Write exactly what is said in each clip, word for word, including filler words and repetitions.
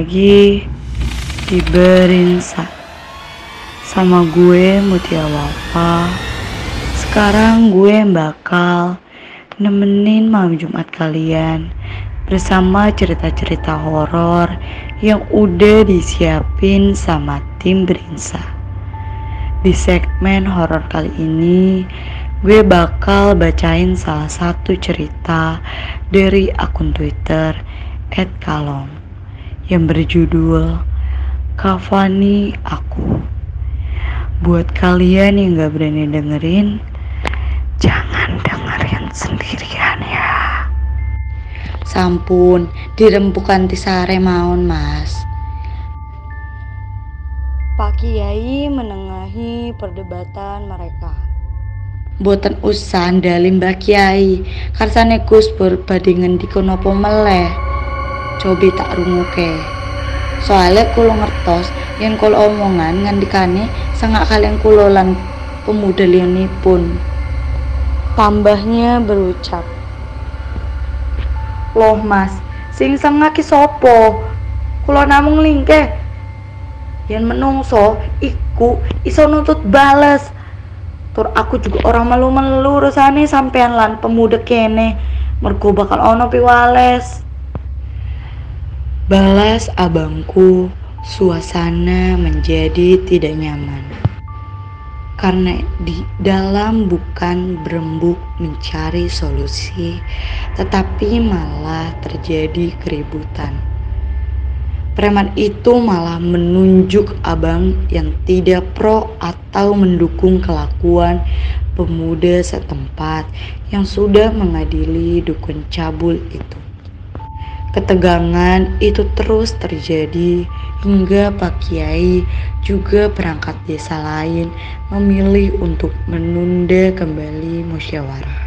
lagi di Berinsa sama gue Mutia Wafa. Sekarang gue bakal nemenin malam Jumat kalian bersama cerita-cerita horor yang udah disiapin sama tim Berinsa. Di segmen horor kali ini gue bakal bacain salah satu cerita dari akun Twitter et kalong yang berjudul Kafani Aku. Buat kalian yang gak berani dengerin, jangan dengerin sendirian ya. Sampun, dirembukan tisare maun mas. Pak Kiai menengahi perdebatan mereka. Boten usah ndalim Mbak Kiai, karsane Gus Pur badhe ngendika napa meleh. Cobi tak runguke. Soale kula ngertos yen kula omongan ngandikane sangak kalian kula lan pemuda liyanipun. Tambahnya berucap, "Loh Mas, sing sengak ki sapa? Kula namung lingkeh. Yen menungso iku iso nuntut bales. Tur aku juga orang melu-melu rusane sampean lan pemuda kene, mergo bakal ono piwales." Balas abangku, suasana menjadi tidak nyaman. Karena di dalam bukan berembuk mencari solusi, tetapi malah terjadi keributan. Preman itu malah menunjuk abang yang tidak pro atau mendukung kelakuan pemuda setempat yang sudah mengadili dukun cabul itu. Ketegangan itu terus terjadi hingga Pak Kiai juga perangkat desa lain memilih untuk menunda kembali musyawarah.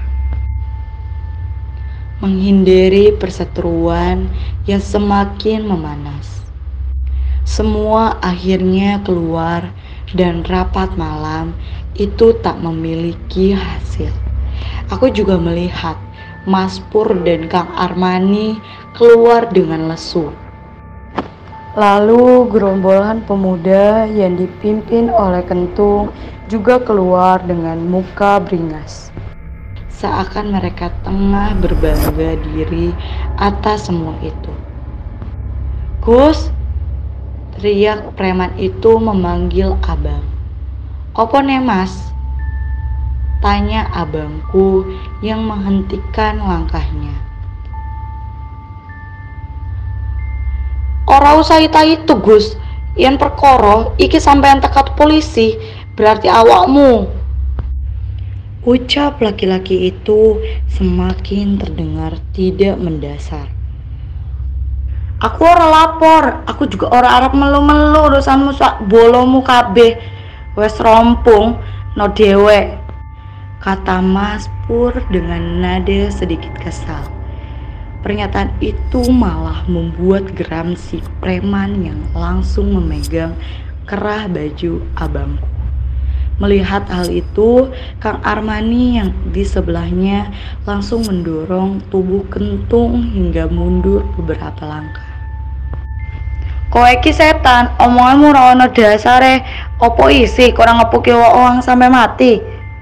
Menghindari perseteruan yang semakin memanas. Semua akhirnya keluar dan rapat malam itu tak memiliki hasil. Aku juga melihat Mas Pur dan Kang Armani keluar dengan lesu. Lalu gerombolan pemuda yang dipimpin oleh Kentung juga keluar dengan muka beringas. Seakan mereka tengah berbangga diri atas semua itu. "Gus!" teriak preman itu memanggil abang. "Opo ne mas?" tanya abangku yang menghentikan langkahnya. "Ora usah ita itu Gus, yen perkara iki sampean tekat polisi, berarti awakmu," ucap laki-laki itu semakin terdengar tidak mendasar. "Aku ora lapor, aku juga ora arep melu-melu urusanmu sak bolomu kabeh. Wes rompung no dewek," kata Mas Pur dengan nada sedikit kesal. Pernyataan itu malah membuat geram si preman yang langsung memegang kerah baju abangku. Melihat hal itu, Kang Armani yang di sebelahnya langsung mendorong tubuh Kentung hingga mundur beberapa langkah. "Kowe iki setan, omonganmu ora ono dasare. Opo isi kurang ngepuki wong sampai mati?"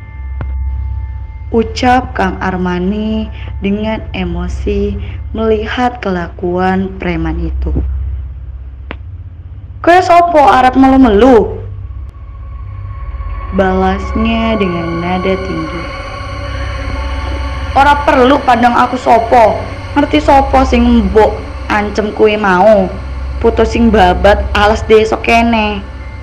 ucap Kang Armani dengan emosi melihat kelakuan preman itu. "Kowe sopo arep melu-melu?" balasnya dengan nada tinggi. "Ora perlu pandang aku sopo. Ngerti sopo sing mbok ancem kuwi mau. Putus sing babat alas desok kene,"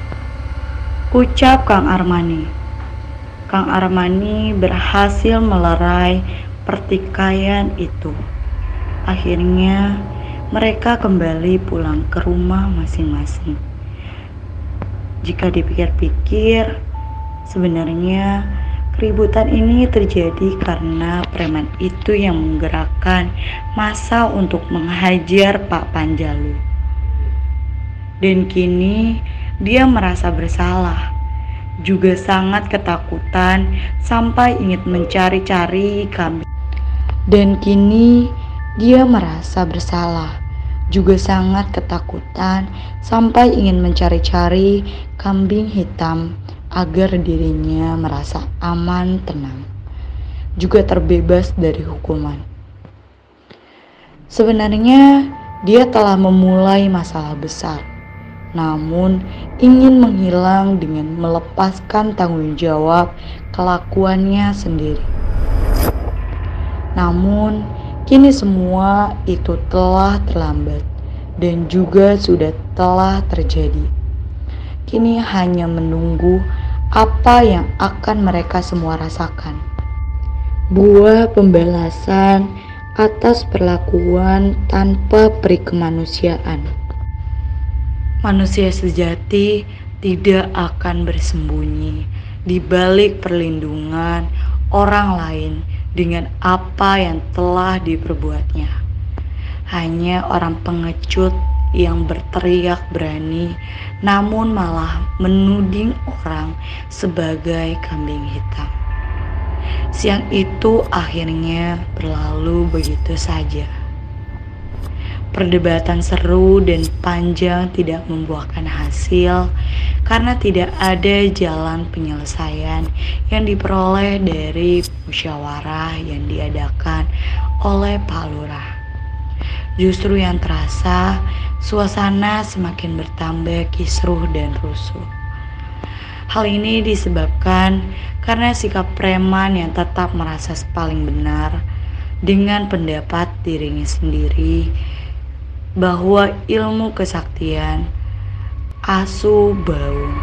ucap Kang Armani. Kang Armani berhasil melerai pertikaian itu. Akhirnya mereka kembali pulang ke rumah masing-masing. Jika dipikir-pikir, sebenarnya keributan ini terjadi karena preman itu yang menggerakkan massa untuk menghajar Pak Panjalu. Dan kini dia merasa bersalah, juga sangat ketakutan sampai ingin mencari-cari kambing. Dan kini dia merasa bersalah, juga sangat ketakutan sampai ingin mencari-cari kambing hitam agar dirinya merasa aman, tenang, juga terbebas dari hukuman. Sebenarnya dia telah memulai masalah besar, namun ingin menghilang dengan melepaskan tanggung jawab kelakuannya sendiri. Namun kini semua itu telah terlambat dan juga sudah telah terjadi. Kini hanya menunggu apa yang akan mereka semua rasakan. Buah pembalasan atas perlakuan tanpa peri kemanusiaan. Manusia sejati tidak akan bersembunyi di balik perlindungan orang lain dengan apa yang telah diperbuatnya. Hanya orang pengecut yang berteriak berani namun malah menuding orang sebagai kambing hitam. Siang itu akhirnya berlalu begitu saja. Perdebatan seru dan panjang tidak membuahkan hasil karena tidak ada jalan penyelesaian yang diperoleh dari musyawarah yang diadakan oleh Pak Lurah. Justru yang terasa, suasana semakin bertambah kisruh dan rusuh. Hal ini disebabkan karena sikap preman yang tetap merasa paling benar dengan pendapat dirinya sendiri bahwa ilmu kesaktian Asu Baung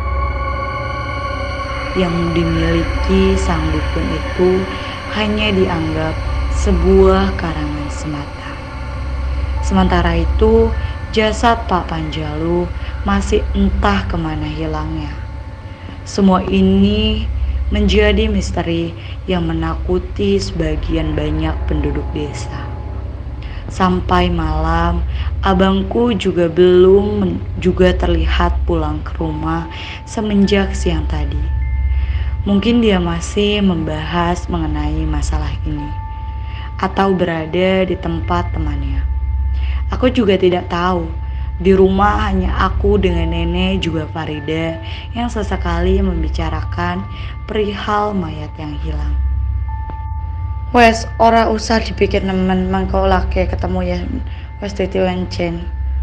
yang dimiliki sang dukun itu hanya dianggap sebuah karangan semata. Sementara itu, jasad Pak Panjalu masih entah kemana hilangnya. Semua ini menjadi misteri yang menakuti sebagian banyak penduduk desa. Sampai malam, abangku juga belum juga terlihat pulang ke rumah semenjak siang tadi. Mungkin dia masih membahas mengenai masalah ini, atau berada di tempat temannya. Aku juga tidak tahu. Di rumah hanya aku dengan nenek juga Farida yang sesekali membicarakan perihal mayat yang hilang. Wes, ora usah dipikir nemen mangko lake ketemu ya wes titi wencen,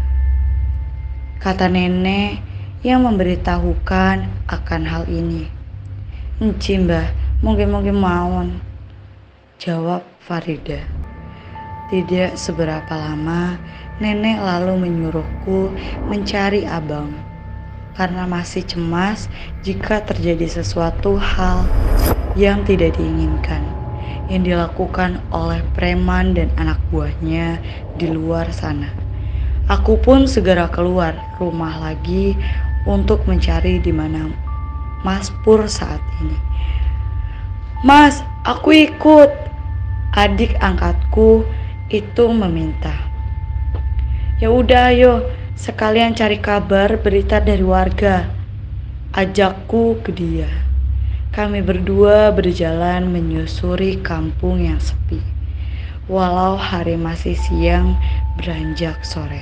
kata nenek yang memberitahukan akan hal ini. Enci mbah, mungkin-mungkin mawon, jawab Farida. Tidak seberapa lama, nenek lalu menyuruhku mencari abang karena masih cemas jika terjadi sesuatu hal yang tidak diinginkan yang dilakukan oleh preman dan anak buahnya di luar sana. Aku pun segera keluar rumah lagi untuk mencari di mana Mas Pur saat ini. Mas, aku ikut, adik angkatku itu meminta. Ya udah ayo, sekalian cari kabar berita dari warga, ajakku ke dia. Kami berdua berjalan menyusuri kampung yang sepi, walau hari masih siang beranjak sore.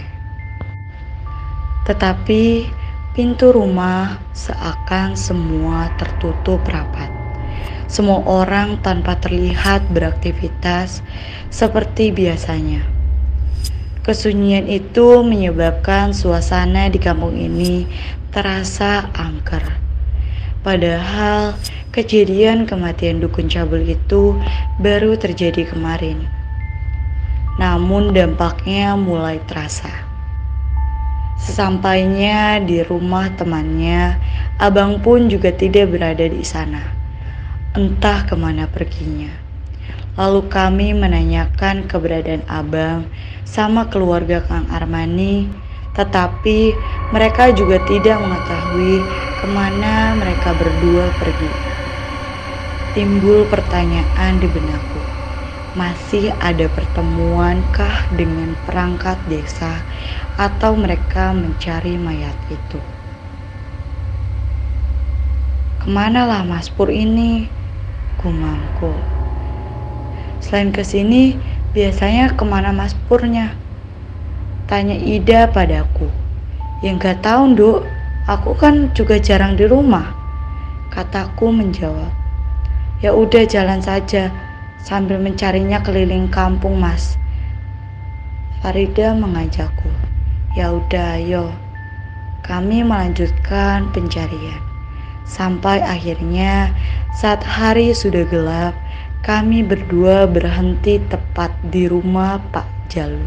Tetapi pintu rumah seakan semua tertutup rapat. Semua orang tanpa terlihat beraktivitas seperti biasanya. Kesunyian itu menyebabkan suasana di kampung ini terasa angker. Padahal kejadian kematian dukun cabul itu baru terjadi kemarin. Namun dampaknya mulai terasa. Sesampainya di rumah temannya, abang pun juga tidak berada di sana. Entah kemana perginya. Lalu kami menanyakan keberadaan abang sama keluarga Kang Armani, tetapi mereka juga tidak mengetahui kemana mereka berdua pergi. Timbul pertanyaan di benakku, masih ada pertemuankah dengan perangkat desa atau mereka mencari mayat itu? Kemanalah Mas Pur ini? Gumamku. Selain ke sini, biasanya kemana Mas Purnya? Tanya Ida padaku. Ya nggak tahu, Nduk. Aku kan juga jarang di rumah. Kataku menjawab. Ya udah jalan saja sambil mencarinya keliling kampung, Mas. Farida mengajakku. Ya udah, ayo. Kami melanjutkan pencarian. Sampai akhirnya saat hari sudah gelap, kami berdua berhenti tepat di rumah Pak Jalu.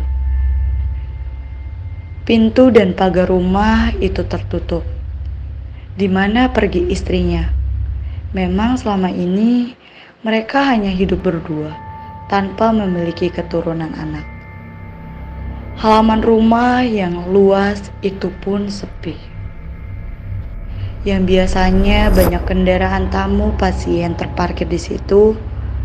Pintu dan pagar rumah itu tertutup. Di mana pergi istrinya? Memang selama ini mereka hanya hidup berdua tanpa memiliki keturunan anak. Halaman rumah yang luas itu pun sepi. Yang biasanya banyak kendaraan tamu pasien terparkir di situ.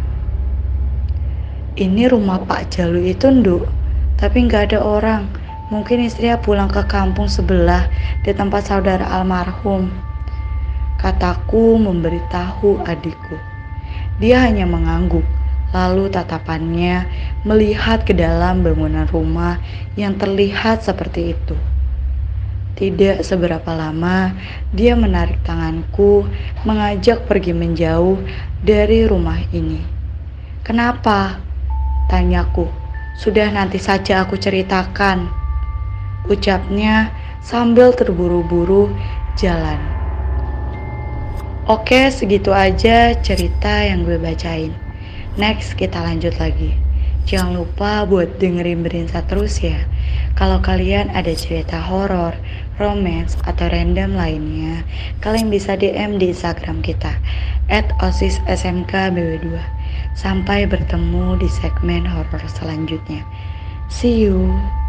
Ini rumah Pak Jalu itu, Nduk, tapi nggak ada orang. Mungkin istrinya pulang ke kampung sebelah di tempat saudara almarhum. Kataku memberitahu adikku. Dia hanya mengangguk, lalu tatapannya melihat ke dalam bangunan rumah yang terlihat seperti itu. Tidak seberapa lama, dia menarik tanganku, mengajak pergi menjauh dari rumah ini. Kenapa? Tanyaku. Sudah, nanti saja aku ceritakan, ucapnya sambil terburu-buru jalan. Oke, segitu aja cerita yang gue bacain. Next kita lanjut lagi. Jangan lupa buat dengerin Berinsa terus ya. Kalau kalian ada cerita horor, romance, atau random lainnya, kalian bisa D M di Instagram kita et osis S M K B W dua. Sampai bertemu di segmen horor selanjutnya. See you.